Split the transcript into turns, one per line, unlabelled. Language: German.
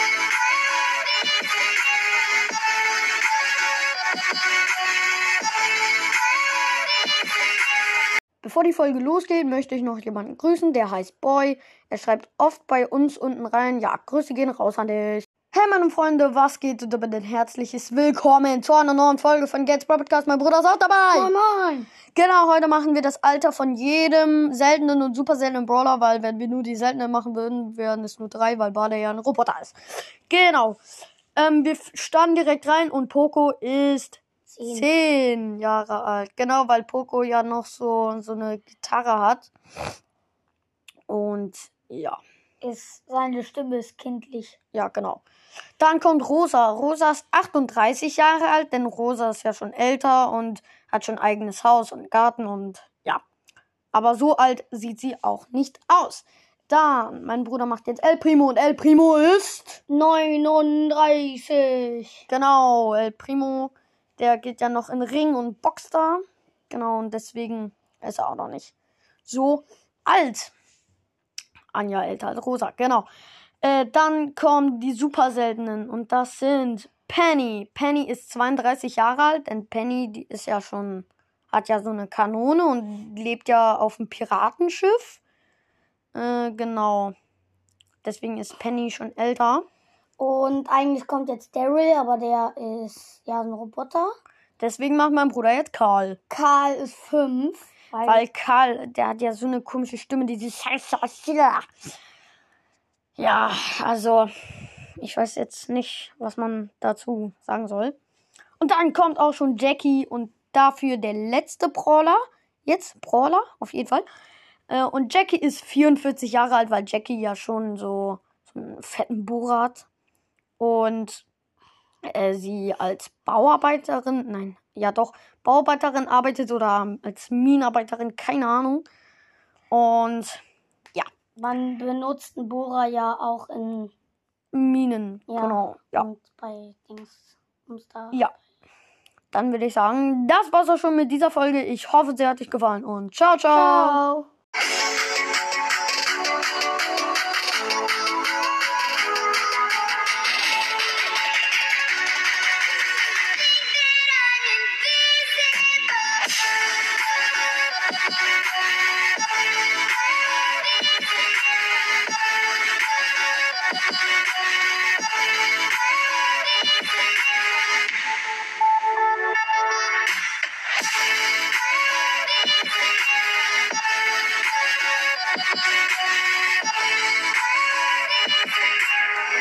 Bevor die Folge losgeht, möchte ich noch jemanden grüßen, der heißt Boy. Er schreibt oft bei uns unten rein. Ja, Grüße gehen raus an dich. Hey meine Freunde, was geht? Und damit ein herzliches Willkommen zu einer neuen Folge von Gates Podcast. Mein Bruder ist auch dabei.
Moin, moin.
Genau, heute machen wir das Alter von jedem seltenen und super seltenen Brawler, weil wenn wir nur die seltenen machen würden, wären es nur 3, weil Barley ja ein Roboter ist. Genau. Wir starten direkt rein und Poco ist 10 Jahre alt. Genau, weil Poco ja noch so eine Gitarre hat. Und ja.
Seine Stimme ist kindlich.
Ja, genau. Dann kommt Rosa. Rosa ist 38 Jahre alt, denn Rosa ist ja schon älter und hat schon eigenes Haus und Garten und ja. Aber so alt sieht sie auch nicht aus. Dann, mein Bruder macht jetzt El Primo und El Primo ist
39.
Genau, El Primo, der geht ja noch in Ring und boxt da. Genau, und deswegen ist er auch noch nicht so alt. Anja älter als Rosa, genau. Dann kommen die super seltenen und das sind Penny. Penny ist 32 Jahre alt, denn Penny, die ist ja schon, hat ja so eine Kanone und lebt ja auf einem Piratenschiff. Genau. Deswegen ist Penny schon älter.
Und eigentlich kommt jetzt Daryl, aber der ist ja ein Roboter.
Deswegen macht mein Bruder jetzt Karl.
Karl ist 5.
Weil Karl, der hat ja so eine komische Stimme, diese Scheiße. Ja, also, ich weiß jetzt nicht, was man dazu sagen soll. Und dann kommt auch schon Jackie und dafür der letzte Brawler. Jetzt Brawler, auf jeden Fall. Und Jackie ist 44 Jahre alt, weil Jackie ja schon so einen fetten Bohrer hat. Und sie als Bauarbeiterin arbeitet oder als Minenarbeiterin, keine Ahnung. Und ja.
Man benutzt einen Bohrer ja auch in
Minen,
ja,
genau. Ja.
Und bei Dings.
Ja. Dann würde ich sagen, das war's auch schon mit dieser Folge. Ich hoffe, sie hat euch gefallen und ciao, ciao.
Ciao.